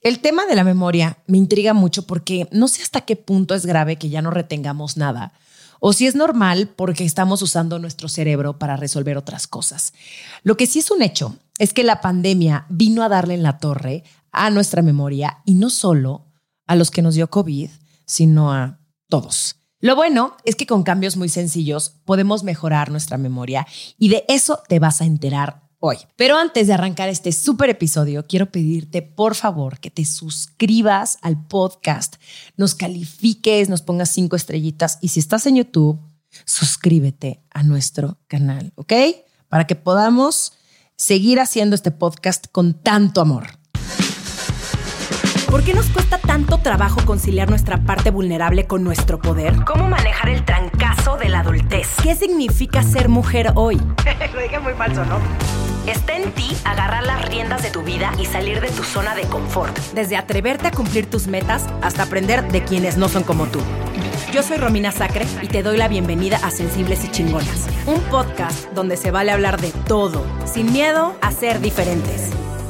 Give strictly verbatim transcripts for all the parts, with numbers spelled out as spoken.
El tema de la memoria me intriga mucho porque no sé hasta qué punto es grave que ya no retengamos nada o si es normal porque estamos usando nuestro cerebro para resolver otras cosas. Lo que sí es un hecho es que la pandemia vino a darle en la torre a nuestra memoria y no solo a los que nos dio COVID, sino a todos. Lo bueno es que con cambios muy sencillos podemos mejorar nuestra memoria y de eso te vas a enterar hoy. Pero antes de arrancar este súper episodio, quiero pedirte por favor que te suscribas al podcast, nos califiques, nos pongas cinco estrellitas y si estás en YouTube, suscríbete a nuestro canal, ¿ok? Para que podamos seguir haciendo este podcast con tanto amor. ¿Por qué nos cuesta tanto trabajo conciliar nuestra parte vulnerable con nuestro poder? ¿Cómo manejar el trancazo de la adultez? ¿Qué significa ser mujer hoy? Lo dije muy falso, ¿no? Está en ti agarrar las riendas de tu vida y salir de tu zona de confort. Desde atreverte a cumplir tus metas hasta aprender de quienes no son como tú. Yo soy Romina Sacre y te doy la bienvenida a Sensibles y Chingonas, un podcast donde se vale hablar de todo, sin miedo a ser diferentes.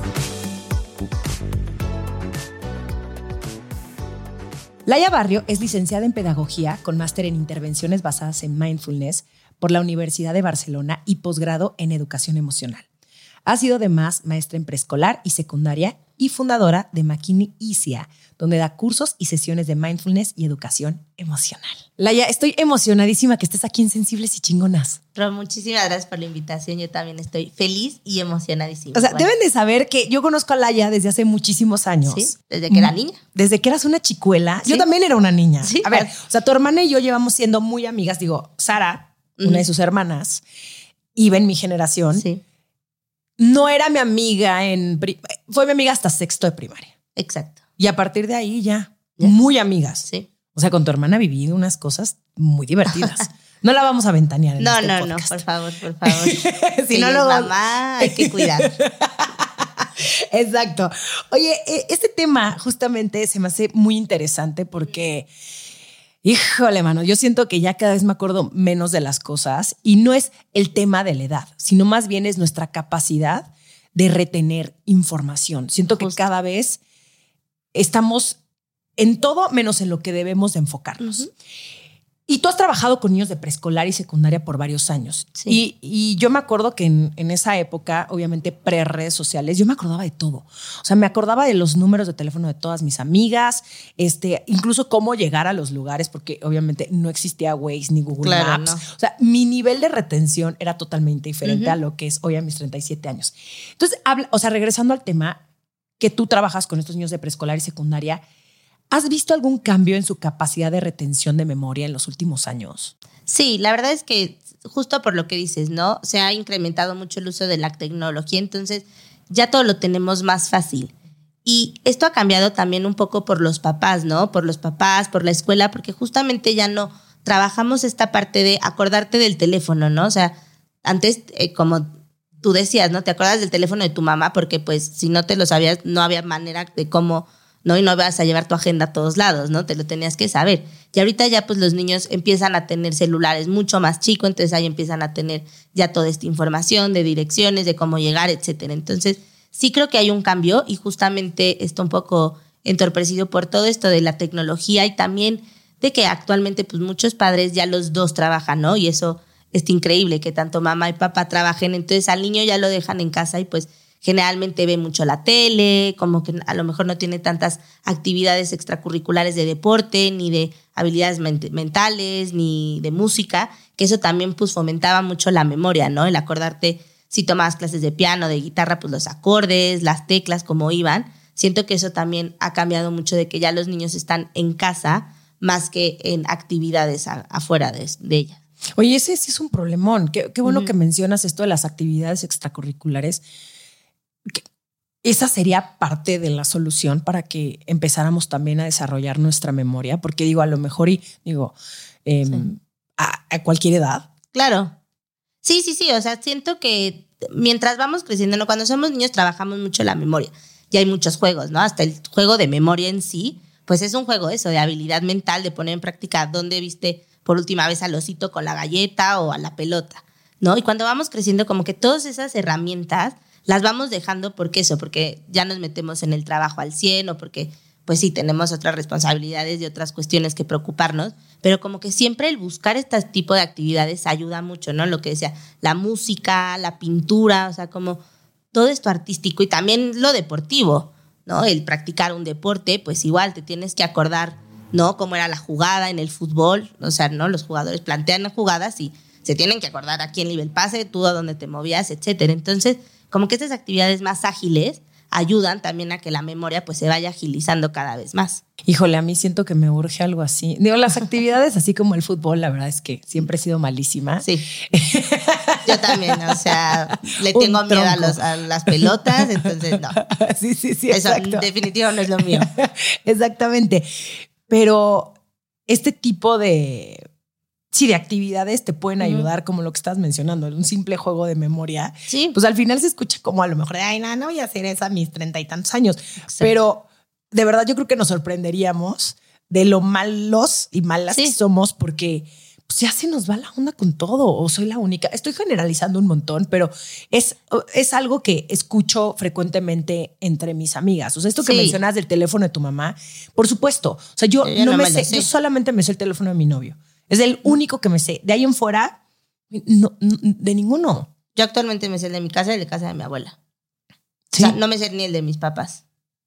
Laia Barrio es licenciada en Pedagogía con máster en Intervenciones basadas en Mindfulness por la Universidad de Barcelona y posgrado en Educación Emocional. Ha sido además maestra en preescolar y secundaria y fundadora de Makini Isia, donde da cursos y sesiones de mindfulness y educación emocional. Laia, estoy emocionadísima que estés aquí en Sensibles y Chingonas. Ro, muchísimas gracias por la invitación. Yo también estoy feliz y emocionadísima. O sea, bueno. deben de saber que yo conozco a Laia desde hace muchísimos años. Sí, desde que era niña. Desde que eras una chicuela. ¿Sí? Yo también era una niña. Sí. A ver, o sea, tu hermana y yo llevamos siendo muy amigas. Digo, Sara, uh-huh. una de sus hermanas, iba en mi generación. Sí. No era mi amiga en... Fue mi amiga hasta sexto de primaria. Exacto. Y a partir de ahí ya, ya. muy amigas. Sí. O sea, con tu hermana he vivido unas cosas muy divertidas. No la vamos a ventanear en no, este no, podcast. No, por favor, por favor. Si no, no luego... mamá, hay que cuidar. Exacto. Oye, este tema justamente se me hace muy interesante porque... Híjole, mano, yo siento que ya cada vez me acuerdo menos de las cosas y no es el tema de la edad, sino más bien es nuestra capacidad de retener información. Siento que Justo. cada vez estamos en todo menos en lo que debemos de enfocarnos. Uh-huh. Y tú has trabajado con niños de preescolar y secundaria por varios años. Sí. Y, y yo me acuerdo que en, en esa época, obviamente pre-redes sociales, yo me acordaba de todo. O sea, me acordaba de los números de teléfono de todas mis amigas, este, incluso cómo llegar a los lugares, porque obviamente no existía Waze ni Google claro, Maps. No. O sea, mi nivel de retención era totalmente diferente uh-huh. a lo que es hoy a mis treinta y siete años. Entonces, habla, o sea, regresando al tema que tú trabajas con estos niños de preescolar y secundaria, ¿has visto algún cambio en su capacidad de retención de memoria en los últimos años? Sí, la verdad es que justo por lo que dices, ¿no? Se ha incrementado mucho el uso de la tecnología, entonces ya todo lo tenemos más fácil. Y esto ha cambiado también un poco por los papás, ¿no? Por los papás, por la escuela, porque justamente ya no trabajamos esta parte de acordarte del teléfono, ¿no? O sea, antes, eh, como tú decías, ¿no? Te acuerdas del teléfono de tu mamá porque pues si no te lo sabías, no había manera de cómo... ¿no? Y no vas a llevar tu agenda a todos lados, ¿no? Te lo tenías que saber. Y ahorita ya pues los niños empiezan a tener celulares mucho más chicos, entonces ahí empiezan a tener ya toda esta información de direcciones, de cómo llegar, etcétera. Entonces sí creo que hay un cambio y justamente está un poco entorpecido por todo esto de la tecnología y también de que actualmente pues muchos padres ya los dos trabajan, ¿no? Y eso es increíble que tanto mamá y papá trabajen, entonces al niño ya lo dejan en casa y pues generalmente ve mucho la tele, como que a lo mejor no tiene tantas actividades extracurriculares de deporte, ni de habilidades ment- mentales, ni de música, que eso también pues fomentaba mucho la memoria, ¿no? El acordarte, si tomabas clases de piano, de guitarra, pues los acordes, las teclas, cómo iban. Siento que eso también ha cambiado mucho de que ya los niños están en casa más que en actividades a, afuera de, de ella. Oye, ese sí es un problemón. Qué, qué bueno uh-huh. que mencionas esto de las actividades extracurriculares. Esa sería parte de la solución para que empezáramos también a desarrollar nuestra memoria, porque digo, a lo mejor y digo, eh, sí. a, a cualquier edad. Claro. Sí, sí, sí. O sea, siento que mientras vamos creciendo, ¿no? Cuando somos niños trabajamos mucho la memoria. Y hay muchos juegos, ¿no? Hasta el juego de memoria en sí, pues es un juego eso, de habilidad mental, de poner en práctica dónde viste por última vez al osito con la galleta o a la pelota, ¿no? Y cuando vamos creciendo, como que todas esas herramientas las vamos dejando porque eso, porque ya nos metemos en el trabajo al cien o porque pues sí, tenemos otras responsabilidades y otras cuestiones que preocuparnos, pero como que siempre el buscar este tipo de actividades ayuda mucho, ¿no? Lo que decía, la música, la pintura, o sea, como todo esto artístico y también lo deportivo, ¿no? El practicar un deporte, pues igual te tienes que acordar, ¿no? Cómo era la jugada en el fútbol, o sea, ¿no? Los jugadores plantean jugadas y se tienen que acordar a quién le iba el pase, tú a dónde te movías, etcétera. Entonces, como que estas actividades más ágiles ayudan también a que la memoria pues se vaya agilizando cada vez más. Híjole, a mí siento que me urge algo así. Digo, las actividades así como el fútbol, la verdad es que siempre he sido malísima. Sí, yo también, o sea, le tengo miedo a, los, a las pelotas, entonces no. Sí, sí, sí, eso exacto. en definitiva no es lo mío. Exactamente, pero este tipo de... Sí, de actividades te pueden ayudar, uh-huh. como lo que estás mencionando, un simple juego de memoria. Sí. Pues al final se escucha como a lo mejor de, ay, no, no voy a hacer eso a mis treinta y tantos años. Exacto. Pero de verdad yo creo que nos sorprenderíamos de lo malos y malas sí. que somos porque pues, ya se nos va la onda con todo o soy la única. Estoy generalizando un montón, pero es, es algo que escucho frecuentemente entre mis amigas. O sea, esto que sí. mencionas del teléfono de tu mamá, por supuesto. O sea, yo, yo no, no me sé, sé, yo solamente me sé el teléfono de mi novio. Es el único que me sé. De ahí en fuera, no, no, de ninguno. Yo actualmente me sé el de mi casa y el de casa de mi abuela. ¿Sí? O sea, no me sé ni el de mis papás.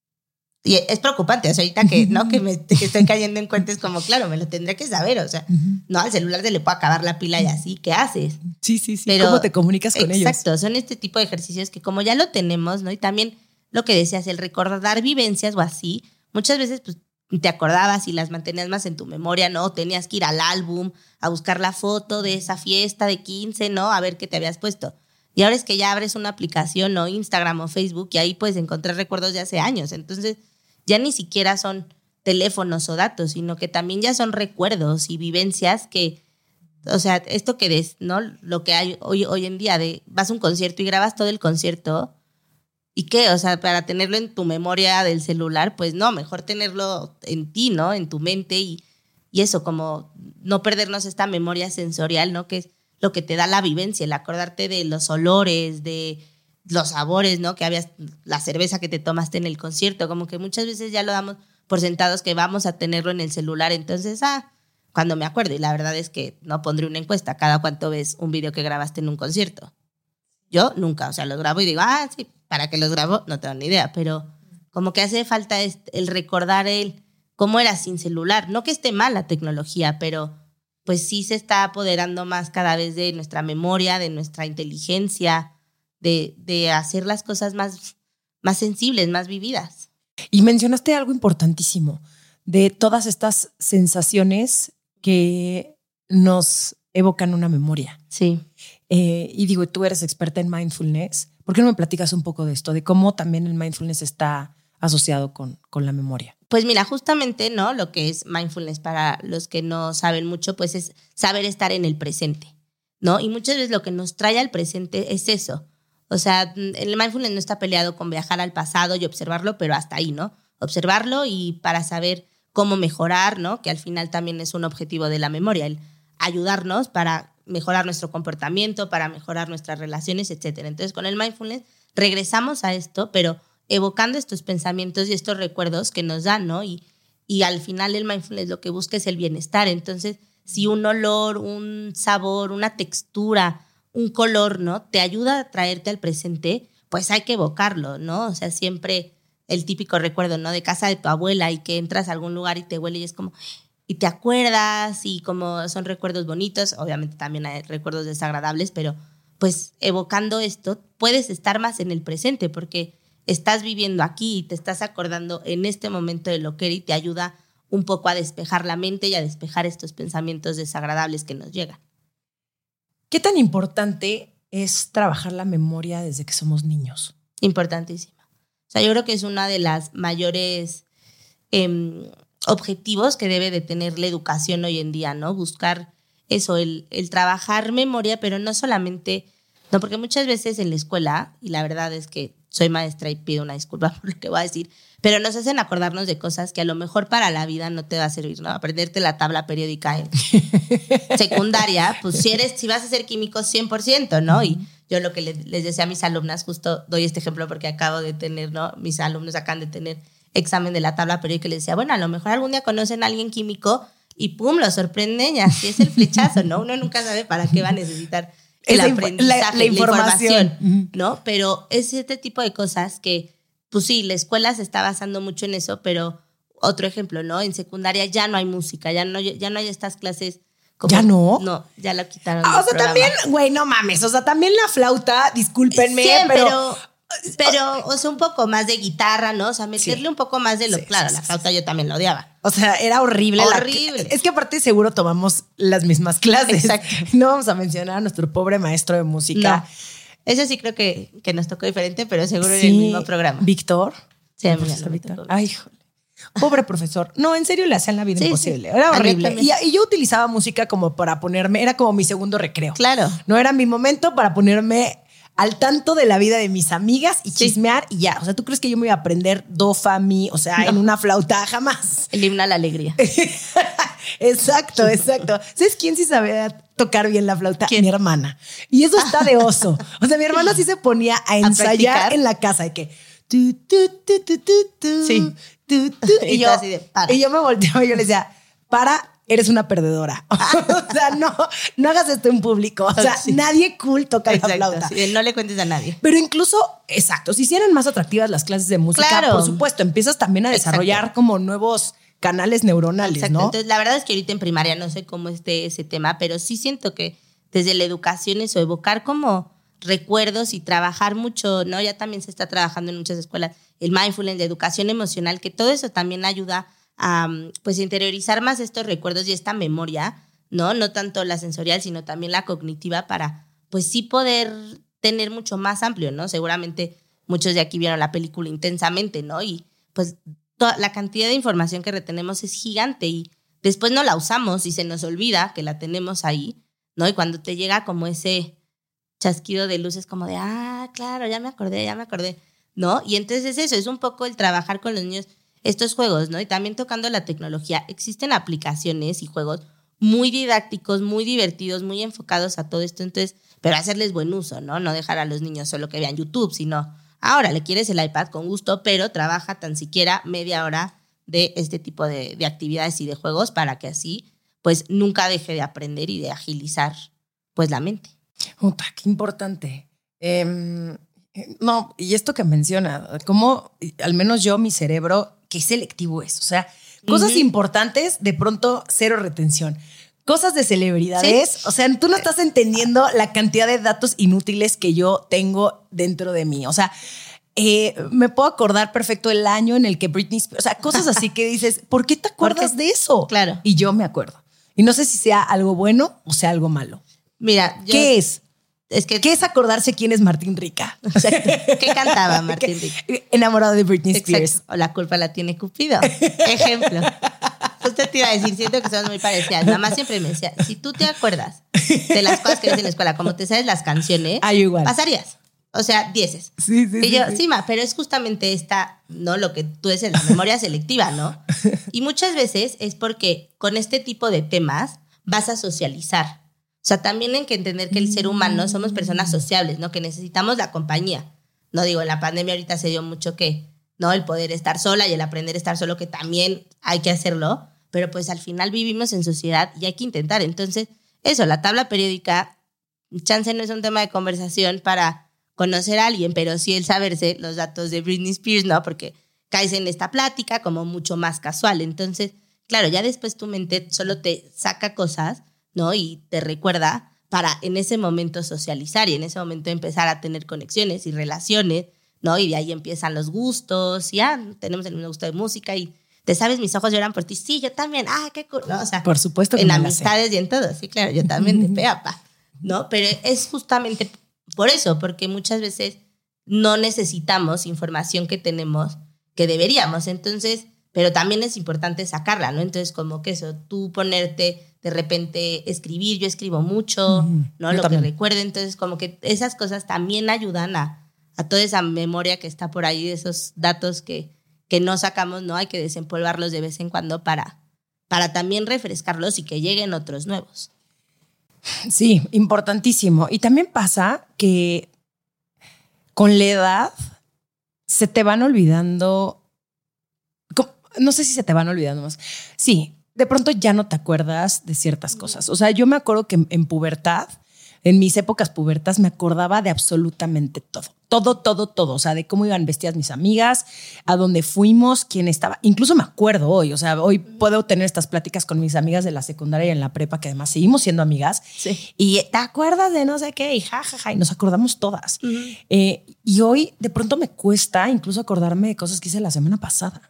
Y es preocupante. O sea, ahorita que, ¿no? que, me, que estoy cayendo en cuenta es como, claro, me lo tendré que saber. O sea, uh-huh. no, al celular se le puede acabar la pila y así. ¿Qué haces? Sí, sí, sí. Pero, ¿cómo te comunicas con exacto, ellos? Exacto. Son este tipo de ejercicios que como ya lo tenemos, ¿no? Y también lo que decías, el recordar vivencias o así, muchas veces, pues, te acordabas y las mantenías más en tu memoria, ¿no? Tenías que ir al álbum a buscar la foto de esa fiesta de quince, ¿no? A ver qué te habías puesto. Y ahora es que ya abres una aplicación, ¿no? Instagram o Facebook y ahí puedes encontrar recuerdos de hace años. Entonces ya ni siquiera son teléfonos o datos, sino que también ya son recuerdos y vivencias que, o sea, esto que des, ¿no? Lo que hay hoy, hoy en día de vas a un concierto y grabas todo el concierto. ¿Y qué? O sea, para tenerlo en tu memoria del celular, pues no, mejor tenerlo en ti, ¿no? En tu mente y, y eso, como no perdernos esta memoria sensorial, ¿no? Que es lo que te da la vivencia, el acordarte de los olores, de los sabores, ¿no? Que habías, la cerveza que te tomaste en el concierto, como que muchas veces ya lo damos por sentados que vamos a tenerlo en el celular, entonces, ah, cuando me acuerdo, y la verdad es que no pondré una encuesta, cada cuánto ves un video que grabaste en un concierto. Yo nunca, o sea, los grabo y digo, ah, sí, ¿para qué los grabo? No tengo ni idea, pero como que hace falta el recordar el cómo era sin celular. No que esté mal la tecnología, pero pues sí se está apoderando más cada vez de nuestra memoria, de nuestra inteligencia, de, de hacer las cosas más, más sensibles, más vividas. Y mencionaste algo importantísimo, de todas estas sensaciones que nos evocan una memoria. Sí. Eh, y digo, tú eres experta en mindfulness. ¿Por qué no me platicas un poco de esto? De cómo también el mindfulness está asociado con, con la memoria. Pues mira, justamente, ¿no? Lo que es mindfulness para los que no saben mucho, pues es saber estar en el presente, ¿no? Y muchas veces lo que nos trae al presente es eso. O sea, el mindfulness no está peleado con viajar al pasado y observarlo, pero hasta ahí, ¿no? Observarlo y para saber cómo mejorar, ¿no? Que al final también es un objetivo de la memoria, el ayudarnos para mejorar nuestro comportamiento, para mejorar nuestras relaciones, etcétera. Entonces, con el mindfulness regresamos a esto, pero evocando estos pensamientos y estos recuerdos que nos dan, ¿no? Y, y al final el mindfulness lo que busca es el bienestar. Entonces, si un olor, un sabor, una textura, un color, ¿no? Te ayuda a traerte al presente, pues hay que evocarlo, ¿no? O sea, siempre el típico recuerdo, ¿no? De casa de tu abuela y que entras a algún lugar y te huele y es como... Y te acuerdas y como son recuerdos bonitos, obviamente también hay recuerdos desagradables, pero pues evocando esto puedes estar más en el presente porque estás viviendo aquí y te estás acordando en este momento de lo que era y te ayuda un poco a despejar la mente y a despejar estos pensamientos desagradables que nos llegan. ¿Qué tan importante es trabajar la memoria desde que somos niños? Importantísima. O sea, yo creo que es una de las mayores... Eh, objetivos que debe de tener la educación hoy en día, ¿no? Buscar eso, el, el trabajar memoria, pero no solamente, no, porque muchas veces en la escuela, y la verdad es que soy maestra y pido una disculpa por lo que voy a decir, pero nos hacen acordarnos de cosas que a lo mejor para la vida no te va a servir, ¿no? Aprenderte la tabla periódica en secundaria, pues si eres, si vas a ser químico cien por ciento, ¿no? Y yo lo que les, les decía a mis alumnas, justo doy este ejemplo porque acabo de tener, ¿no? Mis alumnos acaban de tener examen de la tabla periódica y les decía, bueno, a lo mejor algún día conocen a alguien químico y pum, lo sorprenden y así es el flechazo, ¿no? Uno nunca sabe para qué va a necesitar el Esa aprendizaje, la, la información, la información, ¿no? Pero es este tipo de cosas que, pues sí, la escuela se está basando mucho en eso, pero otro ejemplo, ¿no? En secundaria ya no hay música, ya no, ya no hay estas clases. Como, ¿Ya no? No, ya la quitaron. Ah, o sea, programa. También, güey, no mames, o sea, también la flauta, discúlpenme, sí, pero... pero Pero, o sea, un poco más de guitarra, ¿no? O sea, meterle sí. un poco más de lo... Sí, claro, sí, la flauta sí. yo también la odiaba. O sea, era horrible. Horrible. La, es que aparte seguro tomamos las mismas clases. Exacto. No vamos a mencionar a nuestro pobre maestro de música. No. Eso sí creo que, que nos tocó diferente, pero seguro sí. en el mismo programa. ¿Víctor? Sí, a mí me Víctor. Ay, híjole. Pobre profesor. No, en serio le hacían la vida sí, imposible. Sí. Era horrible. Y, y yo utilizaba música como para ponerme... Era como mi segundo recreo. Claro. No era mi momento para ponerme... al tanto de la vida de mis amigas y chismear sí. y ya. O sea, ¿tú crees que yo me iba a aprender do, fa, mi? O sea, no. en una flauta, jamás. El himno a la alegría. Exacto, exacto. ¿Sabes quién sí sabía tocar bien la flauta? ¿Quién? Mi hermana. Y eso está de oso. O sea, mi hermana sí se ponía a ensayar ¿A en la casa de que... Tu, tu, tu, tu, tu, tu, sí. Tu, tu, y, yo, así de, para. y yo me volteaba y yo le decía, para... eres una perdedora. O sea, no, no hagas esto en público. O sea, sí. nadie cool toca exacto, la flauta. Sí, no le cuentes a nadie. Pero incluso, exacto, si hicieran más atractivas las clases de música, claro. por supuesto, empiezas también a desarrollar exacto. como nuevos canales neuronales, exacto. ¿no? Entonces, la verdad es que ahorita en primaria no sé cómo esté ese tema, pero sí siento que desde la educación eso, evocar como recuerdos y trabajar mucho, ¿no? Ya también se está trabajando en muchas escuelas el mindfulness, la educación emocional, que todo eso también ayuda a pues interiorizar más estos recuerdos y esta memoria, ¿no? No tanto la sensorial, sino también la cognitiva para, pues sí poder tener mucho más amplio, ¿no? Seguramente muchos de aquí vieron la película Intensamente, ¿no? Y pues toda la cantidad de información que retenemos es gigante y después no la usamos y se nos olvida que la tenemos ahí, ¿no? Y cuando te llega como ese chasquido de luces como de, ah, claro, ya me acordé, ya me acordé, ¿no? Y entonces es eso, es un poco el trabajar con los niños estos juegos, ¿no? Y también tocando la tecnología, existen aplicaciones y juegos muy didácticos, muy divertidos, muy enfocados a todo esto, entonces, pero hacerles buen uso, ¿no? No dejar a los niños solo que vean YouTube, sino, ahora le quieres el iPad con gusto, pero trabaja tan siquiera media hora de este tipo de, de actividades y de juegos para que así, pues, nunca deje de aprender y de agilizar, pues, la mente. Puta, qué importante. Eh, no, y esto que menciona, como al menos yo, mi cerebro, qué selectivo es. O sea, cosas uh-huh. importantes, de pronto, cero retención. Cosas de celebridades, ¿sí? O sea, tú no estás entendiendo la cantidad de datos inútiles que yo tengo dentro de mí. O sea, eh, me puedo acordar perfecto el año en el que Britney Spears, o sea, cosas así que dices, ¿por qué te acuerdas Porque, de eso? Claro. Y yo me acuerdo. Y no sé si sea algo bueno o sea algo malo. Mira, yo, ¿qué es? Es que, ¿Qué es acordarse quién es Martín Rica? O sea, ¿qué cantaba Martín Rica? Enamorado de Britney Spears. Exacto. O la culpa la tiene Cupido. Ejemplo. Usted te iba a decir, siento que somos muy parecidas. Mamá siempre me decía, si tú te acuerdas de las cosas que ves en la escuela, como te sabes las canciones, ah, igual. pasarías. O sea, dieces. Sí, sí, y yo, sí, sí, ma, pero es justamente esta, ¿no? Lo que tú dices, la memoria selectiva, ¿no? Y muchas veces es porque con este tipo de temas vas a socializar. O sea, también hay que entender que el ser humano somos personas sociables, ¿no? Que necesitamos la compañía. No digo, en la pandemia ahorita se dio mucho que, ¿no? El poder estar sola y el aprender a estar solo, que también hay que hacerlo. Pero pues al final vivimos en sociedad y hay que intentar. Entonces, eso, la tabla periódica, chance no es un tema de conversación para conocer a alguien, pero sí el saberse los datos de Britney Spears, ¿no? Porque caes en esta plática como mucho más casual. Entonces, claro, ya después tu mente solo te saca cosas, ¿no? Y te recuerda para en ese momento socializar y en ese momento empezar a tener conexiones y relaciones, ¿no? Y de ahí empiezan los gustos, y ya tenemos el mismo gusto de música y te sabes, mis ojos lloran por ti. Sí, yo también. Ah, qué cool. ¿No? O sea, por supuesto que en amistades y en todo. Sí, claro, yo también de peapa, ¿no? Pero es justamente por eso, porque muchas veces no necesitamos información que tenemos que deberíamos. Entonces, pero también es importante sacarla, ¿no? Entonces, como que eso, tú ponerte de repente escribir, yo escribo mucho, mm, ¿no? Lo también. Que recuerdo. Entonces, como que esas cosas también ayudan a, a toda esa memoria que está por ahí, de esos datos que que no sacamos, ¿no? Hay que desempolvarlos de vez en cuando para, para también refrescarlos y que lleguen otros nuevos. Sí, importantísimo. Y también pasa que con la edad se te van olvidando, no sé si se te van olvidando más. Sí, de pronto ya no te acuerdas de ciertas cosas. O sea, yo me acuerdo que en pubertad, en mis épocas pubertas, me acordaba de absolutamente todo. Todo, todo, todo. O sea, de cómo iban vestidas mis amigas, a dónde fuimos, quién estaba. Incluso me acuerdo hoy. O sea, hoy puedo tener estas pláticas con mis amigas de la secundaria y en la prepa, que además seguimos siendo amigas. Sí. Y te acuerdas de no sé qué, y jajaja, ja, ja, y nos acordamos todas. Uh-huh. Eh, y hoy de pronto me cuesta incluso acordarme de cosas que hice la semana pasada.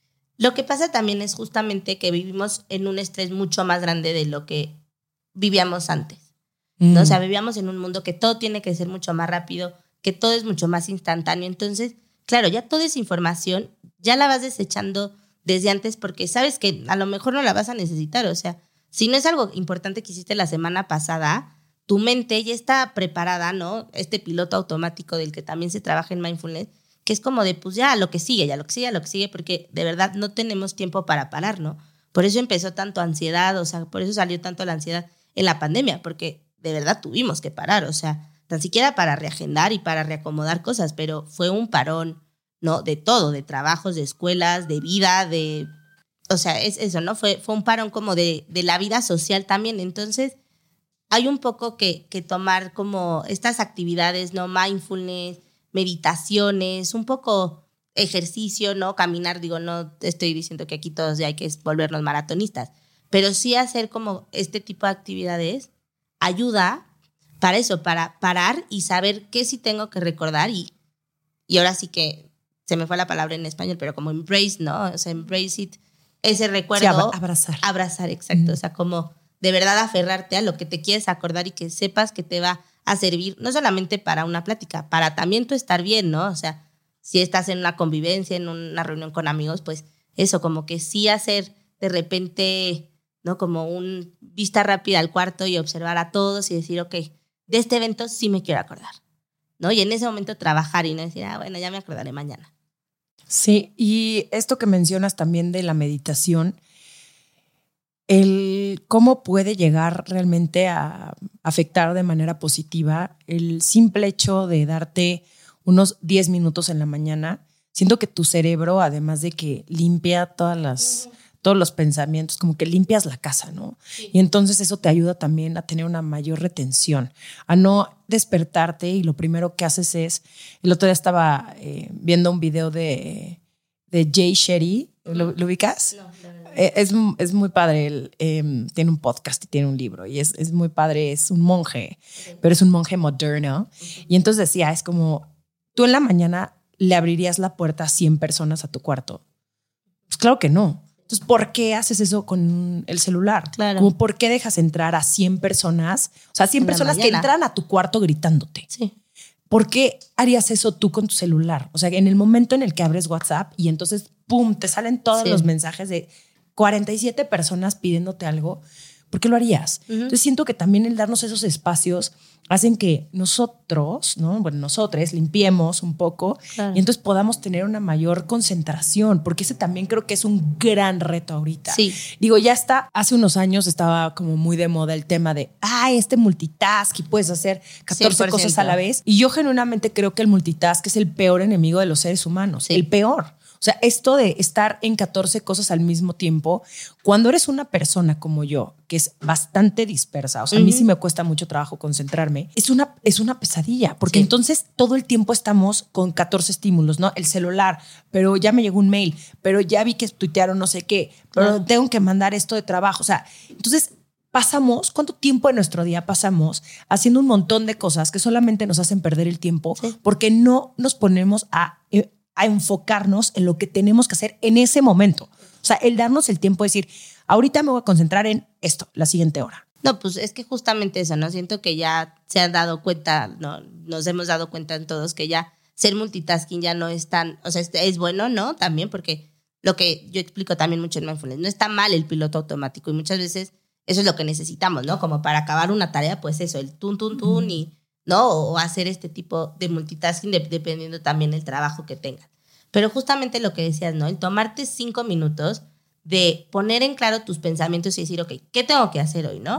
Lo que pasa también es justamente que vivimos en un estrés mucho más grande de lo que vivíamos antes. ¿no? Mm. O sea, vivíamos en un mundo que todo tiene que ser mucho más rápido, que todo es mucho más instantáneo. Entonces, claro, ya toda esa información ya la vas desechando desde antes porque sabes que a lo mejor no la vas a necesitar. O sea, si no es algo importante que hiciste la semana pasada, tu mente ya está preparada, ¿no? Este piloto automático del que también se trabaja en mindfulness, que es como de, pues ya, lo que sigue, ya lo que sigue, lo que sigue, porque de verdad no tenemos tiempo para parar, ¿no? Por eso empezó tanto ansiedad, o sea, por eso salió tanto la ansiedad en la pandemia, porque de verdad tuvimos que parar, o sea, tan siquiera para reagendar y para reacomodar cosas, pero fue un parón, ¿no? De todo, de trabajos, de escuelas, de vida, de... O sea, es eso, ¿no? Fue, fue un parón como de, de la vida social también. Entonces, hay un poco que, que tomar como estas actividades, ¿no? Mindfulness, meditaciones, un poco ejercicio, ¿no? Caminar, digo, no estoy diciendo que aquí todos ya hay que volvernos maratonistas, pero sí hacer como este tipo de actividades ayuda para eso, para parar y saber qué sí tengo que recordar y, y ahora sí que se me fue la palabra en español, pero como embrace, ¿no? O sea, embrace it, ese recuerdo. Sí, ab- abrazar. Abrazar, exacto. Mm. O sea, como de verdad aferrarte a lo que te quieres acordar y que sepas que te va a servir, no solamente para una plática, para también tú estar bien, ¿no? O sea, si estás en una convivencia, en una reunión con amigos, pues eso, como que sí hacer de repente, ¿no? Como un vista rápida al cuarto y observar a todos y decir, ok, de este evento sí me quiero acordar, ¿no? Y en ese momento trabajar y no decir, ah, bueno, ya me acordaré mañana. Sí, y esto que mencionas también de la meditación, el cómo puede llegar realmente a afectar de manera positiva el simple hecho de darte unos diez minutos en la mañana. Siento que tu cerebro, además de que limpia todas las, todos los pensamientos, como que limpias la casa, ¿no? Sí. Y entonces eso te ayuda también a tener una mayor retención, a no despertarte y lo primero que haces es, el otro día estaba eh, viendo un video de, de Jay Shetty, ¿lo, ¿lo ubicas? No, no, no. Es, es muy padre, él eh, tiene un podcast y tiene un libro y es, es muy padre, es un monje, okay. Pero es un monje moderno. Okay. Y entonces decía, es como, tú en la mañana le abrirías la puerta a cien personas a tu cuarto. Pues claro que no. Entonces, ¿por qué haces eso con el celular? Claro. Como, ¿por qué dejas entrar a cien personas? O sea, cien personas que entran a tu cuarto gritándote. Sí. ¿Por qué harías eso tú con tu celular? O sea, en el momento en el que abres WhatsApp y entonces, ¡pum!, te salen todos sí. los mensajes de cuarenta y siete personas pidiéndote algo. ¿Por qué lo harías? Uh-huh. Entonces siento que también el darnos esos espacios hacen que nosotros, ¿no? Bueno, nosotros limpiemos un poco claro. Y entonces podamos tener una mayor concentración, porque ese también creo que es un gran reto ahorita. Sí. Digo, ya está, hace unos años estaba como muy de moda el tema de, ah, este multitask y puedes hacer catorce cien por ciento cosas a la vez. Y yo genuinamente creo que el multitask es el peor enemigo de los seres humanos, sí. El peor. O sea, esto de estar en catorce cosas al mismo tiempo, cuando eres una persona como yo, que es bastante dispersa, o sea, uh-huh. a mí sí me cuesta mucho trabajo concentrarme, es una, es una pesadilla, porque sí. Entonces todo el tiempo estamos con catorce estímulos, ¿no? El celular, pero ya me llegó un mail, pero ya vi que tuitearon no sé qué, pero uh-huh. tengo que mandar esto de trabajo, o sea, entonces pasamos, ¿cuánto tiempo de nuestro día pasamos haciendo un montón de cosas que solamente nos hacen perder el tiempo sí. porque no nos ponemos a... a enfocarnos en lo que tenemos que hacer en ese momento. O sea, el darnos el tiempo de decir, ahorita me voy a concentrar en esto, la siguiente hora. No, pues es que justamente eso, ¿no? Siento que ya se han dado cuenta, ¿no? Nos hemos dado cuenta en todos que ya ser multitasking ya no es tan, o sea, es bueno, ¿no? También porque lo que yo explico también mucho en Mindfulness, no está mal el piloto automático y muchas veces eso es lo que necesitamos, ¿no? Como para acabar una tarea, pues eso, el tun, tun, tun mm. y... ¿no? O hacer este tipo de multitasking de, dependiendo también del trabajo que tengas. Pero justamente lo que decías, ¿no? El tomarte cinco minutos de poner en claro tus pensamientos y decir, ok, ¿qué tengo que hacer hoy, no?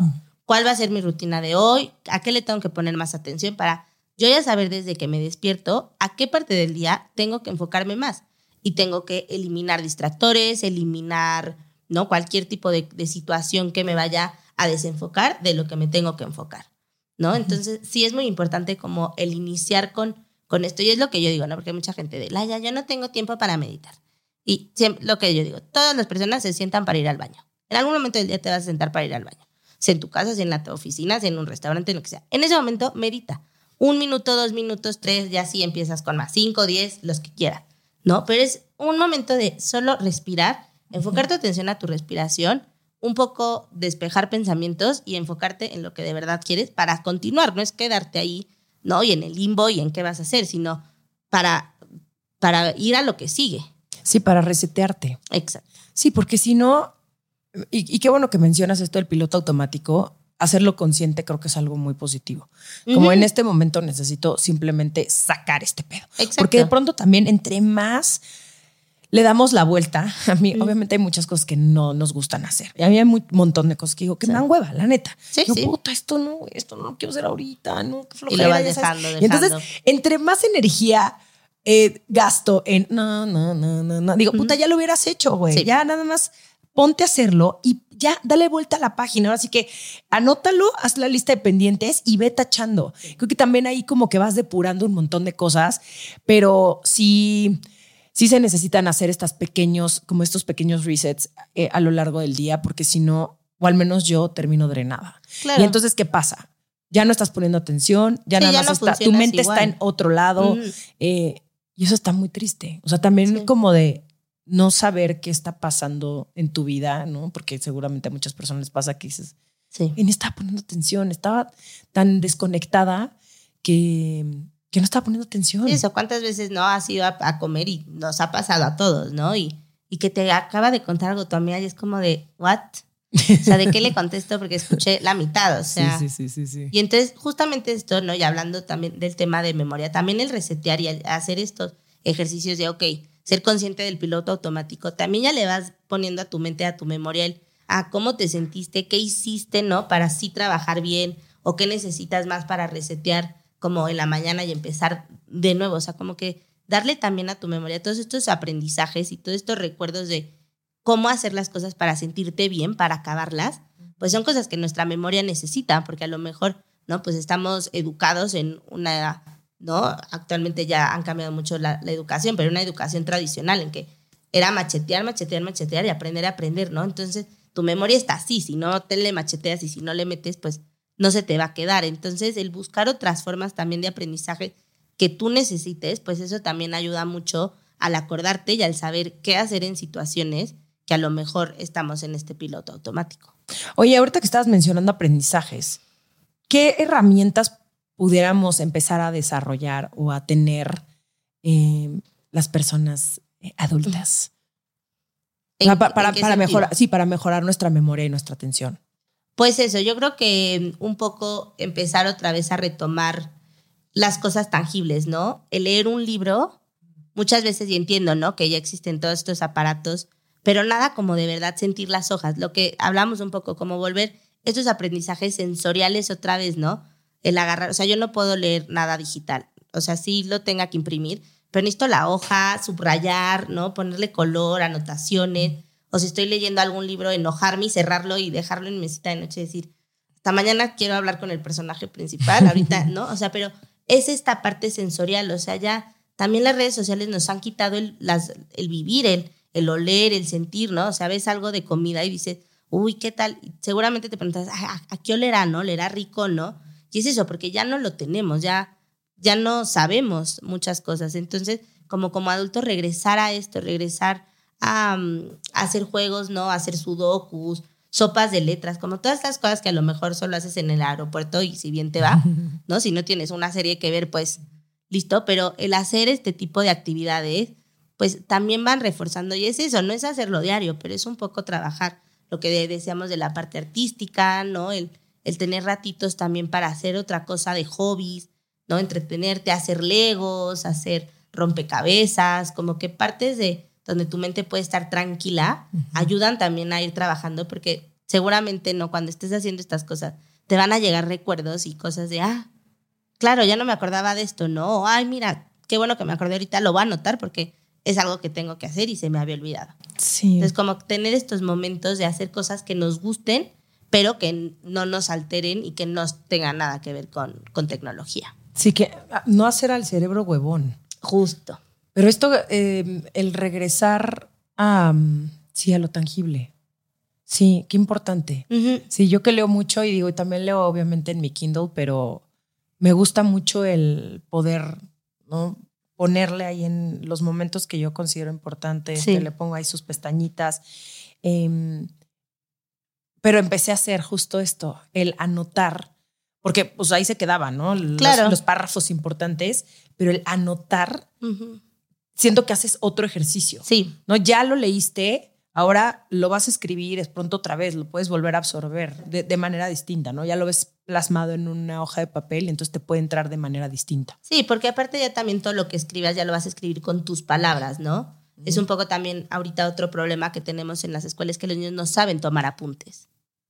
cuál va a ser mi rutina de hoy, a qué le tengo que poner más atención para yo ya saber desde que me despierto a qué parte del día tengo que enfocarme más. Y tengo que eliminar distractores, eliminar, ¿no?, cualquier tipo de, de situación que me vaya a desenfocar de lo que me tengo que enfocar, ¿no? Entonces, sí es muy importante como el iniciar con, con esto. Y es lo que yo digo, ¿no? Porque hay mucha gente de, Laia, yo no tengo tiempo para meditar. Y siempre, lo que yo digo, todas las personas se sientan para ir al baño. En algún momento del día te vas a sentar para ir al baño. Sea en tu casa, sea en la oficina, sea en un restaurante, en lo que sea. En ese momento, medita. Un minuto, dos minutos, tres, ya sí empiezas con más, cinco, diez, los que quieras, ¿no? Pero es un momento de solo respirar, enfocar tu atención a tu respiración, un poco despejar pensamientos y enfocarte en lo que de verdad quieres para continuar. No es quedarte ahí, ¿no? Y en el limbo y en qué vas a hacer, sino para, para ir a lo que sigue. Sí, para resetearte. Exacto. Sí, porque si no, y, y qué bueno que mencionas esto del piloto automático, hacerlo consciente creo que es algo muy positivo. Como uh-huh. en este momento necesito simplemente sacar este pedo. Exacto. Porque de pronto también entre más le damos la vuelta, a mí uh-huh. obviamente hay muchas cosas que no nos gustan hacer. Y a mí hay un montón de cosas que digo que sí. me dan hueva, la neta. Sí, yo, sí. puta, esto no, esto no lo quiero hacer ahorita, no, qué flojera. Y lo vas dejando, dejando. Y entonces, entre más energía eh, gasto en no, no, no, no, no, digo, uh-huh. puta, ya lo hubieras hecho, güey. Sí. Ya nada más ponte a hacerlo y ya dale vuelta a la página. Ahora sí que anótalo, haz la lista de pendientes y ve tachando. Sí. Creo que también ahí como que vas depurando un montón de cosas, pero sí, sí se necesitan hacer estas pequeños, como estos pequeños resets eh, a lo largo del día, porque si no, o al menos yo termino drenada. Claro. Y entonces, ¿qué pasa? Ya no estás poniendo atención, ya sí, nada ya más no está, tu mente igual. está en otro lado. Mm. Eh, y eso está muy triste. O sea, también sí. como de no saber qué está pasando en tu vida, ¿no? Porque seguramente a muchas personas les pasa que dices, sí. y no estaba poniendo atención, estaba tan desconectada que, que no estaba poniendo atención. Eso, ¿cuántas veces no has ido a, a comer y nos ha pasado a todos, ¿no? Y, y que te acaba de contar algo tu amiga y es como de, ¿what? O sea, ¿de qué le contesto? Porque escuché la mitad, o sea. Sí, sí, sí, sí, sí. Y entonces, justamente esto, ¿no? Y hablando también del tema de memoria, también el resetear y hacer estos ejercicios de, ok, ser consciente del piloto automático, también ya le vas poniendo a tu mente, a tu memoria, el, a cómo te sentiste, qué hiciste, ¿no? Para así trabajar bien, o qué necesitas más para resetear como en la mañana y empezar de nuevo. O sea, como que darle también a tu memoria todos estos aprendizajes y todos estos recuerdos de cómo hacer las cosas para sentirte bien, para acabarlas, pues son cosas que nuestra memoria necesita, porque a lo mejor, ¿no? Pues estamos educados en una, ¿no? Actualmente ya han cambiado mucho la, la educación, pero una educación tradicional en que era machetear, machetear, machetear y aprender a aprender, ¿no? Entonces, tu memoria está así, si no te le macheteas y si no le metes, pues no se te va a quedar. Entonces, el buscar otras formas también de aprendizaje que tú necesites, pues eso también ayuda mucho al acordarte y al saber qué hacer en situaciones que a lo mejor estamos en este piloto automático. Oye, ahorita que estabas mencionando aprendizajes, ¿qué herramientas pudiéramos empezar a desarrollar o a tener eh, las personas eh, adultas? ¿En, o sea, para, ¿en qué para, sentido? mejorar, sí, para mejorar nuestra memoria y nuestra atención. Pues eso, yo creo que un poco empezar otra vez a retomar las cosas tangibles, ¿no? El leer un libro, muchas veces, y entiendo, ¿no? Que ya existen todos estos aparatos, pero nada como de verdad sentir las hojas. Lo que hablamos un poco, como volver estos aprendizajes sensoriales otra vez, ¿no? El agarrar, o sea, yo no puedo leer nada digital. O sea, sí lo tenga que imprimir, pero necesito la hoja, subrayar, ¿no? Ponerle color, anotaciones. O si estoy leyendo algún libro, enojarme y cerrarlo y dejarlo en mi mesita de noche y decir, hasta mañana quiero hablar con el personaje principal, ahorita, ¿no? O sea, pero es esta parte sensorial, o sea, ya también las redes sociales nos han quitado el, las, el vivir, el, el oler, el sentir, ¿no? O sea, ves algo de comida y dices, uy, ¿qué tal? Y seguramente te preguntas, ¿a, a qué olerá, no? ¿Olerá rico, no? Y es eso, porque ya no lo tenemos, ya, ya no sabemos muchas cosas. Entonces, como, como adultos, regresar a esto, regresar a, um, a hacer juegos, ¿no? A hacer sudokus, sopas de letras, como todas estas cosas que a lo mejor solo haces en el aeropuerto y si bien te va, ¿no? Si no tienes una serie que ver, pues listo, pero el hacer este tipo de actividades, pues también van reforzando, y es eso, no es hacerlo diario, pero es un poco trabajar lo que decíamos de la parte artística, ¿no? El, el tener ratitos también para hacer otra cosa de hobbies, ¿no? Entretenerte, hacer legos, hacer rompecabezas, como que partes de donde tu mente puede estar tranquila, uh-huh. ayudan también a ir trabajando, porque seguramente no, cuando estés haciendo estas cosas te van a llegar recuerdos y cosas de, ah, claro, ya no me acordaba de esto, ¿no? Ay, mira, qué bueno que me acordé ahorita, lo voy a anotar porque es algo que tengo que hacer y se me había olvidado. Sí. Entonces, como tener estos momentos de hacer cosas que nos gusten, pero que no nos alteren y que no tengan nada que ver con, con tecnología. Sí, que no hacer al cerebro huevón. Justo. Pero esto, eh, el regresar a, sí, a lo tangible. Sí, qué importante. Uh-huh. Sí, yo que leo mucho y digo, y también leo obviamente en mi Kindle, pero me gusta mucho el poder, ¿no?, ponerle ahí en los momentos que yo considero importantes, sí. que le pongo ahí sus pestañitas. Eh, pero empecé a hacer justo esto, el anotar, porque pues ahí se quedaban, ¿no? Los, claro. los párrafos importantes, pero el anotar, uh-huh. siento que haces otro ejercicio. Sí. ¿No? Ya lo leíste, ahora lo vas a escribir, es pronto otra vez, lo puedes volver a absorber de, de manera distinta, ¿no? Ya lo ves plasmado en una hoja de papel y entonces te puede entrar de manera distinta. Sí, porque aparte ya también todo lo que escribas ya lo vas a escribir con tus palabras, ¿no? Mm. Es un poco también ahorita otro problema que tenemos en las escuelas, que los niños no saben tomar apuntes.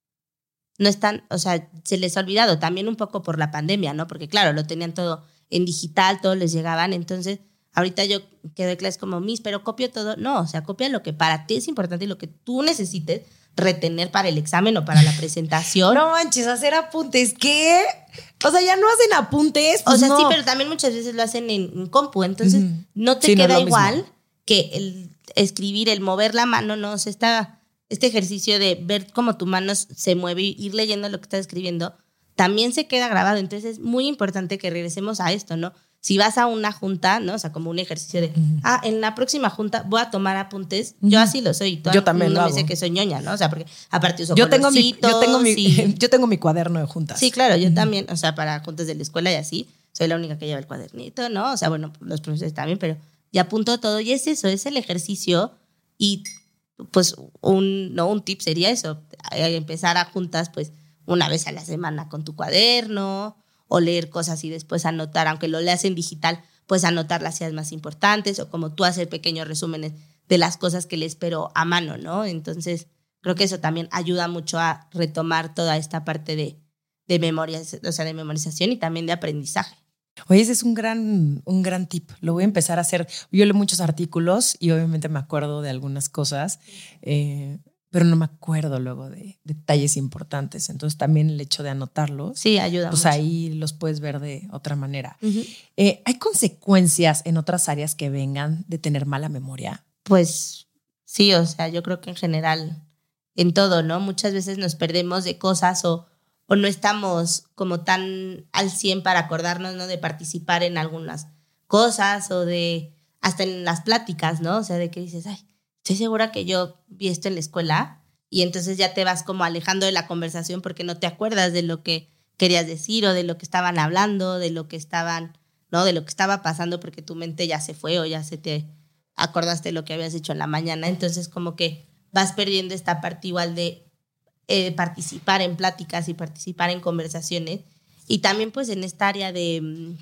No están, o sea, se les ha olvidado también un poco por la pandemia, ¿no? Porque claro, lo tenían todo en digital, todo les llegaban, entonces ahorita yo quedo de clase como, Miss, pero copio todo. No, o sea, copia lo que para ti es importante y lo que tú necesites retener para el examen o para la presentación. No manches, hacer apuntes, ¿qué? O sea, ya no hacen apuntes. Pues o sea, no. sí, pero también muchas veces lo hacen en, en compu, entonces uh-huh. no te sí, queda no es igual mismo. Que el escribir, el mover la mano, no, o sea, está este ejercicio de ver cómo tu mano se mueve y ir leyendo lo que estás escribiendo, también se queda grabado. Entonces es muy importante que regresemos a esto, ¿no? Si vas a una junta, ¿no? O sea, como un ejercicio de, uh-huh. ah, en la próxima junta voy a tomar apuntes. Uh-huh. Yo así lo soy. Todo yo también lo me hago. Dice que soy ñoña, ¿no? O sea, porque aparte uso yo tengo mi, yo tengo mi y... Yo tengo mi cuaderno de juntas. Sí, claro, yo uh-huh. también. O sea, para juntas de la escuela y así, soy la única que lleva el cuadernito, ¿no? O sea, bueno, los profesores también, pero ya apunto todo. Y es eso, es el ejercicio. Y pues un, no, un tip sería eso. Empezar a juntas, pues, una vez a la semana con tu cuaderno, o leer cosas y después anotar, aunque lo leas en digital, pues anotar las ideas más importantes, o como tú hacer pequeños resúmenes de las cosas que lees, pero a mano, ¿no? Entonces, creo que eso también ayuda mucho a retomar toda esta parte de, de memoria, o sea, de memorización y también de aprendizaje. Oye, ese es un gran, un gran tip. Lo voy a empezar a hacer. Yo leo muchos artículos y obviamente me acuerdo de algunas cosas, eh, pero no me acuerdo luego de detalles importantes. Entonces también el hecho de anotarlos, sí, ayuda pues mucho. Ahí los puedes ver de otra manera. Uh-huh. Eh, ¿Hay consecuencias en otras áreas que vengan de tener mala memoria? Pues sí, o sea, yo creo que en general, en todo, ¿no? Muchas veces nos perdemos de cosas o, o no estamos como tan al cien para acordarnos, ¿no? De participar en algunas cosas o de hasta en las pláticas, ¿no? O sea, de que dices, ay, estoy segura que yo vi esto en la escuela, y entonces ya te vas como alejando de la conversación porque no te acuerdas de lo que querías decir o de lo que estaban hablando, de lo que estaban, ¿no? De lo que estaba pasando porque tu mente ya se fue o ya se te acordaste de lo que habías hecho en la mañana. Entonces como que vas perdiendo esta parte igual de eh, participar en pláticas y participar en conversaciones, y también pues en esta área de,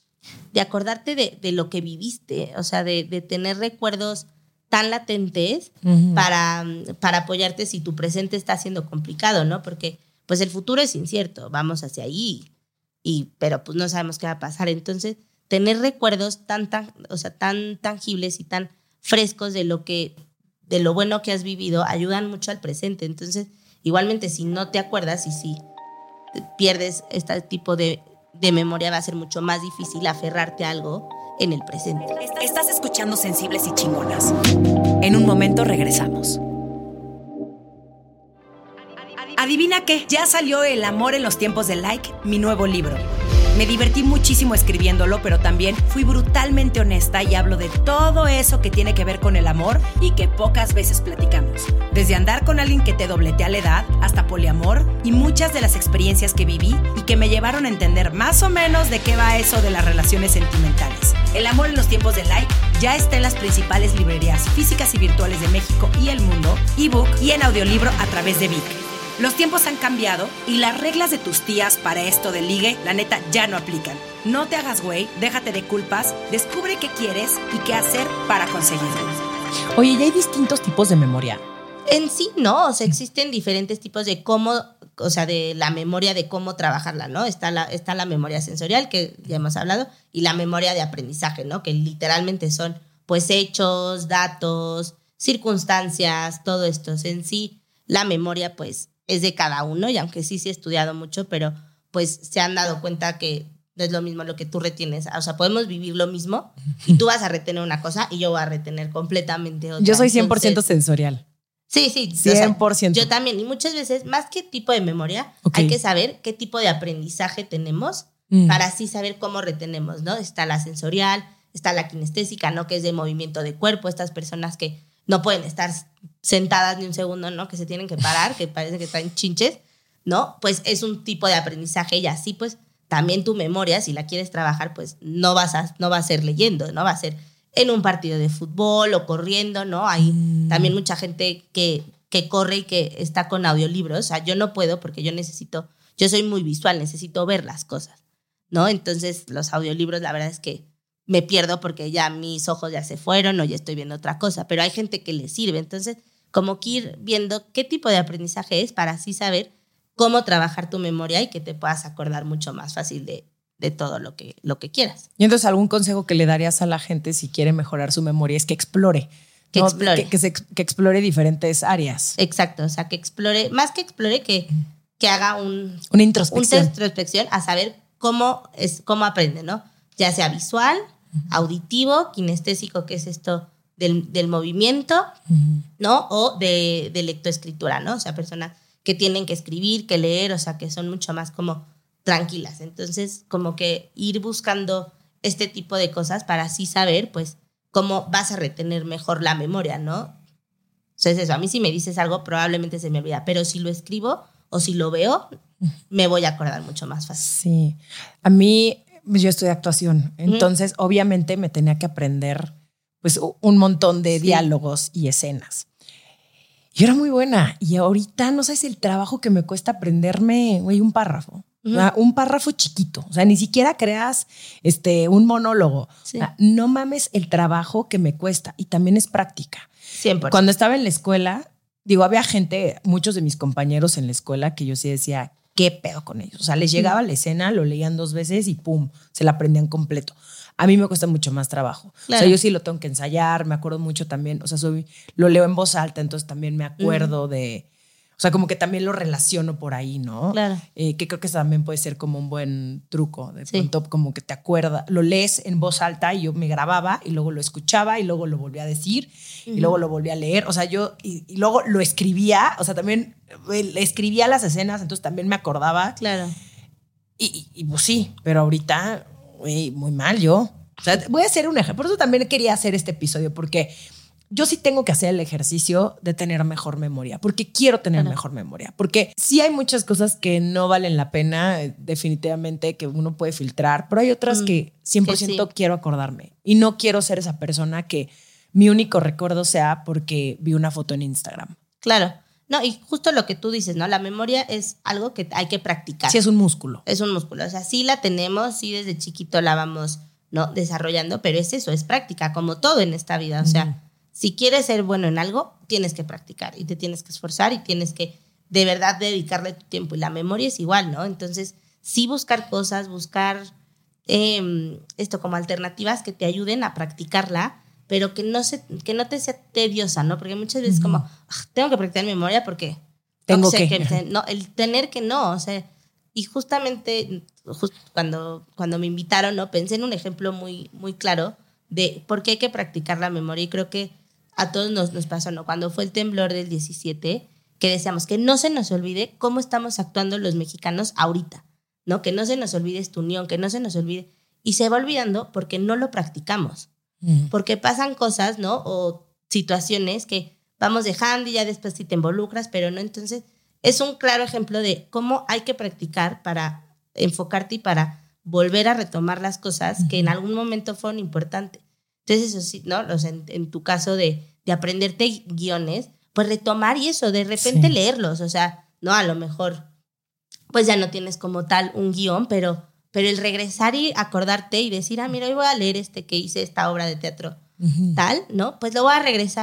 de acordarte de, de lo que viviste, o sea, de, de tener recuerdos tan latentes uh-huh. para, para apoyarte si tu presente está siendo complicado, ¿no? Porque pues el futuro es incierto, vamos hacia ahí, y, pero pues no sabemos qué va a pasar. Entonces, tener recuerdos tan, tan, o sea, tan tangibles y tan frescos de lo que, de lo bueno que has vivido, ayudan mucho al presente. Entonces, igualmente, si no te acuerdas y si pierdes este tipo de, de memoria, va a ser mucho más difícil aferrarte a algo en el presente. Estás escuchando Sensibles y Chingonas. En un momento regresamos. ¿Adivina qué? Ya salió El amor en los tiempos de like, mi nuevo libro. Me divertí muchísimo escribiéndolo, pero también fui brutalmente honesta y hablo de todo eso que tiene que ver con el amor y que pocas veces platicamos. Desde andar con alguien que te dobletea la edad, hasta poliamor y muchas de las experiencias que viví y que me llevaron a entender más o menos de qué va eso de las relaciones sentimentales. El amor en los tiempos de like ya está en las principales librerías físicas y virtuales de México y el mundo, ebook y en audiolibro a través de Vic. Los tiempos han cambiado y las reglas de tus tías para esto de ligue, la neta, ya no aplican. No te hagas güey, déjate de culpas, descubre qué quieres y qué hacer para conseguirlo. Oye, ¿ya hay distintos tipos de memoria? En sí, no, o sea, existen diferentes tipos de cómo, o sea, de la memoria de cómo trabajarla, ¿no? Está la, está la memoria sensorial, que ya hemos hablado, y la memoria de aprendizaje, ¿no? Que literalmente son, pues, hechos, datos, circunstancias, todo esto. En sí, la memoria, pues, es de cada uno, y aunque sí se ha estudiado mucho, pero, pues, se han dado cuenta que no es lo mismo lo que tú retienes. O sea, podemos vivir lo mismo, y tú vas a retener una cosa, y yo voy a retener completamente otra. Yo soy cien por ciento Entonces, sensorial. Sí, sí. cien por ciento. O sea, yo también. Y muchas veces, más que tipo de memoria, okay, hay que saber qué tipo de aprendizaje tenemos mm. para así saber cómo retenemos, ¿no? Está la sensorial, está la kinestésica, ¿no? Que es de movimiento de cuerpo. Estas personas que no pueden estar sentadas ni un segundo, ¿no? Que se tienen que parar, que parece que están chinches, ¿no? Pues es un tipo de aprendizaje y así, pues, también tu memoria, si la quieres trabajar, pues no vas a, no va a ser leyendo, ¿no? Va a ser en un partido de fútbol o corriendo, ¿no? Hay mm. también mucha gente que, que corre y que está con audiolibros. O sea, yo no puedo porque yo necesito, yo soy muy visual, necesito ver las cosas, ¿no? Entonces, los audiolibros, la verdad es que me pierdo porque ya mis ojos ya se fueron o ya estoy viendo otra cosa, pero hay gente que le sirve. Entonces, como que ir viendo qué tipo de aprendizaje es para así saber cómo trabajar tu memoria y que te puedas acordar mucho más fácil de de todo lo que, lo que quieras. Y entonces algún consejo que le darías a la gente si quiere mejorar su memoria es que explore. Que ¿no? explore. Que, que, se, que explore diferentes áreas. Exacto, o sea, que explore, más que explore, que, que haga un, una introspección. Una introspección a saber cómo, es, cómo aprende, ¿no? Ya sea visual, uh-huh. auditivo, kinestésico, que es esto del, del movimiento, uh-huh. ¿no? O de, de lectoescritura, ¿no? O sea, personas que tienen que escribir, que leer, o sea, que son mucho más como tranquilas. Entonces, como que ir buscando este tipo de cosas para así saber, pues, cómo vas a retener mejor la memoria, ¿no? Entonces, eso, a mí si me dices algo, probablemente se me olvida, pero si lo escribo o si lo veo, me voy a acordar mucho más fácil. Sí. A mí, yo estudié actuación, entonces, mm. obviamente, me tenía que aprender, pues, un montón de sí. diálogos y escenas. Yo era muy buena y ahorita no sabes el trabajo que me cuesta aprenderme, güey, un párrafo. Uh-huh. Un párrafo chiquito, o sea, ni siquiera creas este, un monólogo. Sí. O sea, no mames el trabajo que me cuesta y también es práctica. cien por ciento. Cuando estaba en la escuela, digo, había gente, muchos de mis compañeros en la escuela que yo sí decía, ¿qué pedo con ellos? O sea, les llegaba la escena, lo leían dos veces y pum, se la aprendían completo. A mí me cuesta mucho más trabajo. Claro. O sea, yo sí lo tengo que ensayar, me acuerdo mucho también, o sea, soy, lo leo en voz alta, entonces también me acuerdo uh-huh. de... O sea, como que también lo relaciono por ahí, ¿no? Claro. Eh, que creo que también puede ser como un buen truco. De sí. pronto como que te acuerdas, lo lees en voz alta y yo me grababa y luego lo escuchaba y luego lo volví a decir uh-huh. y luego lo volví a leer. O sea, yo y, y luego lo escribía, o sea, también escribía las escenas, entonces también me acordaba. Claro. Y, y, y pues sí, pero ahorita, güey, muy mal yo. O sea, voy a hacer un ejemplo. Por eso también quería hacer este episodio, porque... Yo sí tengo que hacer el ejercicio de tener mejor memoria, porque quiero tener claro. mejor memoria, porque sí hay muchas cosas que no valen la pena, definitivamente, que uno puede filtrar, pero hay otras mm, que cien por ciento que sí. quiero acordarme y no quiero ser esa persona que mi único recuerdo sea porque vi una foto en Instagram. Claro. No, y justo lo que tú dices, ¿no? La memoria es algo que hay que practicar. Sí, es un músculo. Es un músculo. O sea, sí la tenemos, sí desde chiquito la vamos, ¿no? desarrollando, pero es eso, es práctica, como todo en esta vida. O sea, mm. si quieres ser bueno en algo, tienes que practicar y te tienes que esforzar y tienes que de verdad dedicarle tu tiempo. Y la memoria es igual, ¿no? Entonces, sí buscar cosas, buscar eh, esto como alternativas que te ayuden a practicarla, pero que no, se, que no te sea tediosa, ¿no? Porque muchas veces uh-huh. como, ah, tengo que practicar memoria porque... Tengo no sé, que... que... No, el tener que no, o sea... Y justamente just cuando, cuando me invitaron, ¿no? Pensé en un ejemplo muy, muy claro de por qué hay que practicar la memoria. Y creo que a todos nos, nos pasó, ¿no? Cuando fue el temblor del diecisiete, que decíamos que no se nos olvide cómo estamos actuando los mexicanos ahorita, ¿no? Que no se nos olvide esta unión, que no se nos olvide. Y se va olvidando porque no lo practicamos. Mm. Porque pasan cosas, ¿no? O situaciones que vamos dejando y ya después sí te involucras, pero no. Entonces, es un claro ejemplo de cómo hay que practicar para enfocarte y para volver a retomar las cosas mm. que en algún momento fueron importantes. Entonces, eso sí, ¿no? O sea, en, en tu caso de, de aprenderte guiones, pues retomar y eso, de repente sí. leerlos. O sea, no, a lo mejor, pues ya no tienes como tal un guión, pero, pero el regresar y acordarte y decir, ah, mira, hoy voy a leer este que hice esta obra de teatro, uh-huh. tal, ¿no? Pues lo voy a regresar.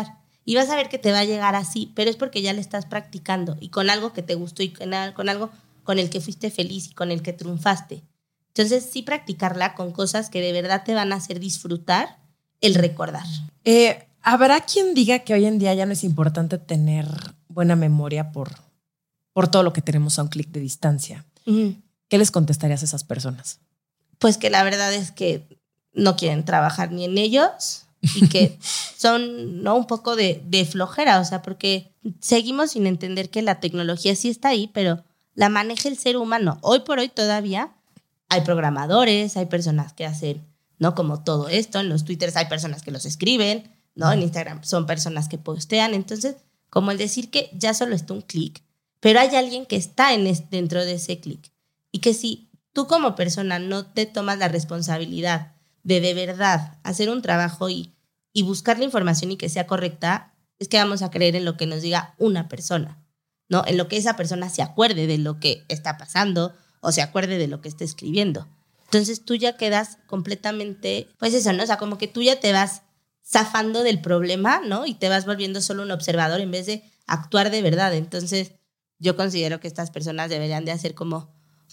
y vas a ver que te va a llegar así, pero es porque ya le estás practicando y con algo que te gustó y con, con algo con el que fuiste feliz y con el que triunfaste. Entonces, sí practicarla con cosas que de verdad te van a hacer disfrutar el recordar. Eh, ¿Habrá quien diga que hoy en día ya no es importante tener buena memoria por, por todo lo que tenemos a un clic de distancia? Uh-huh. ¿Qué les contestarías a esas personas? Pues que la verdad es que no quieren trabajar ni en ellos y que son, ¿no?, un poco de, de flojera, o sea, porque seguimos sin entender que la tecnología sí está ahí, pero la maneja el ser humano. Hoy por hoy todavía hay programadores, hay personas que hacen, ¿no?, como todo esto. En los Twitters hay personas que los escriben, ¿no? En Instagram son personas que postean. Entonces, como el decir que ya solo está un clic, pero hay alguien que está en es, dentro de ese clic. Y que si tú como persona no te tomas la responsabilidad de de verdad hacer un trabajo y, y buscar la información y que sea correcta, es que vamos a creer en lo que nos diga una persona, ¿no? En lo que esa persona se acuerde de lo que está pasando o se acuerde de lo que está escribiendo. Entonces tú ya quedas completamente, pues eso, ¿no? O sea, como que tú ya te vas zafando del problema, ¿no? Y te vas volviendo solo un observador en vez de actuar de verdad. Entonces yo considero que estas personas deberían de hacer como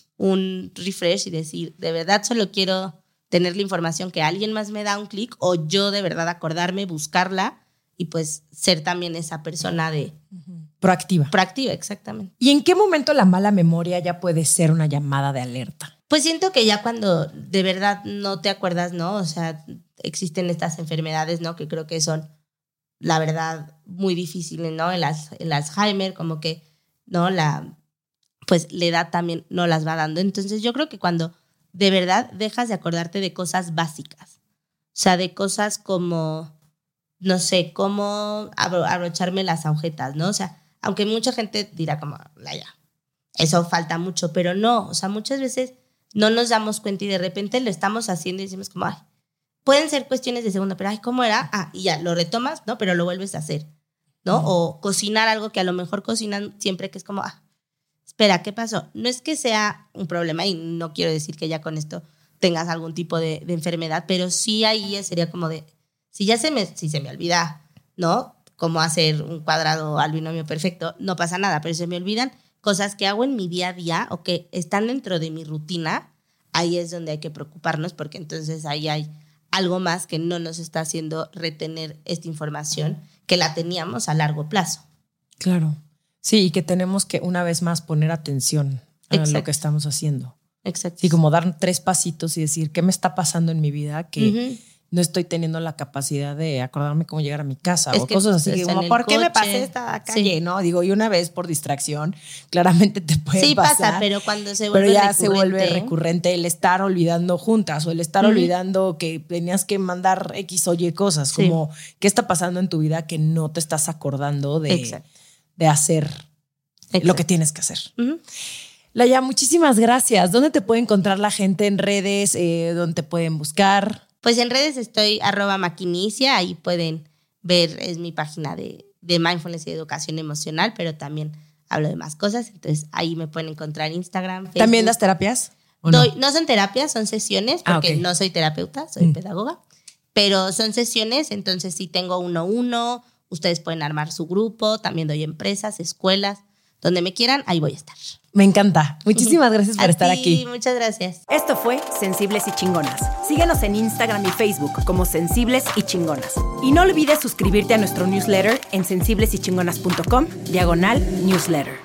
un refresh y decir, de verdad solo quiero tener la información que alguien más me da un clic, o yo de verdad acordarme, buscarla y pues ser también esa persona de... Uh-huh. Proactiva. Proactiva, exactamente. ¿Y en qué momento la mala memoria ya puede ser una llamada de alerta? Pues siento que ya cuando de verdad no te acuerdas, ¿no? O sea, existen estas enfermedades, ¿no? Que creo que son, la verdad, muy difíciles, ¿no? El, el Alzheimer, como que, ¿no? La, pues la edad también no las va dando. Entonces yo creo que cuando de verdad dejas de acordarte de cosas básicas, o sea, de cosas como, no sé, cómo abro, abrocharme las agujetas, ¿no? O sea, aunque mucha gente dirá como, ya, eso falta mucho, pero no, o sea, muchas veces no nos damos cuenta y de repente lo estamos haciendo y decimos como, ay, pueden ser cuestiones de segundo, pero ay, ¿cómo era? Ah, y ya, lo retomas, ¿no? Pero lo vuelves a hacer, ¿no? Mm. O cocinar algo que a lo mejor cocinan siempre, que es como, ah, espera, ¿qué pasó? No es que sea un problema y no quiero decir que ya con esto tengas algún tipo de, de enfermedad, pero sí ahí sería como de, si ya se me, si se me olvida, ¿no? Cómo hacer un cuadrado al binomio perfecto, no pasa nada, pero se me olvidan cosas que hago en mi día a día o que están dentro de mi rutina, ahí es donde hay que preocuparnos, porque entonces ahí hay algo más que no nos está haciendo retener esta información que la teníamos a largo plazo. Claro. Sí, y que tenemos que una vez más poner atención a Exacto. lo que estamos haciendo. Exacto. Sí, como dar tres pasitos y decir, ¿qué me está pasando en mi vida? Que uh-huh. no estoy teniendo la capacidad de acordarme cómo llegar a mi casa es o cosas así. Como, ¿por qué me pasé esta calle? Sí. ¿No? Digo, y una vez por distracción, claramente te puede sí, pasar. Sí pasa, pero cuando se vuelve Pero ya recurrente. se vuelve recurrente el estar olvidando juntas o el estar uh-huh. olvidando que tenías que mandar X o Y cosas. Sí. Como, ¿qué está pasando en tu vida que no te estás acordando de, de hacer Exacto. lo que tienes que hacer? Uh-huh. Laya, muchísimas gracias. ¿Dónde te puede encontrar la gente en redes? Eh, ¿Dónde te pueden buscar? Pues en redes estoy arroba maquinicia, ahí pueden ver, es mi página de, de mindfulness y educación emocional, pero también hablo de más cosas, entonces ahí me pueden encontrar en Instagram, Facebook. ¿También das terapias? Doy, no? no son terapias, son sesiones, porque ah, okay. no soy terapeuta, soy mm. pedagoga, pero son sesiones, entonces sí tengo uno a uno, ustedes pueden armar su grupo, también doy empresas, escuelas, donde me quieran, ahí voy a estar. Me encanta. Muchísimas gracias por a estar ti, aquí. Muchas gracias. Esto fue Sensibles y Chingonas. Síguenos en Instagram y Facebook como Sensibles y Chingonas. Y no olvides suscribirte a nuestro newsletter en sensibles y chingonas punto com, diagonal newsletter.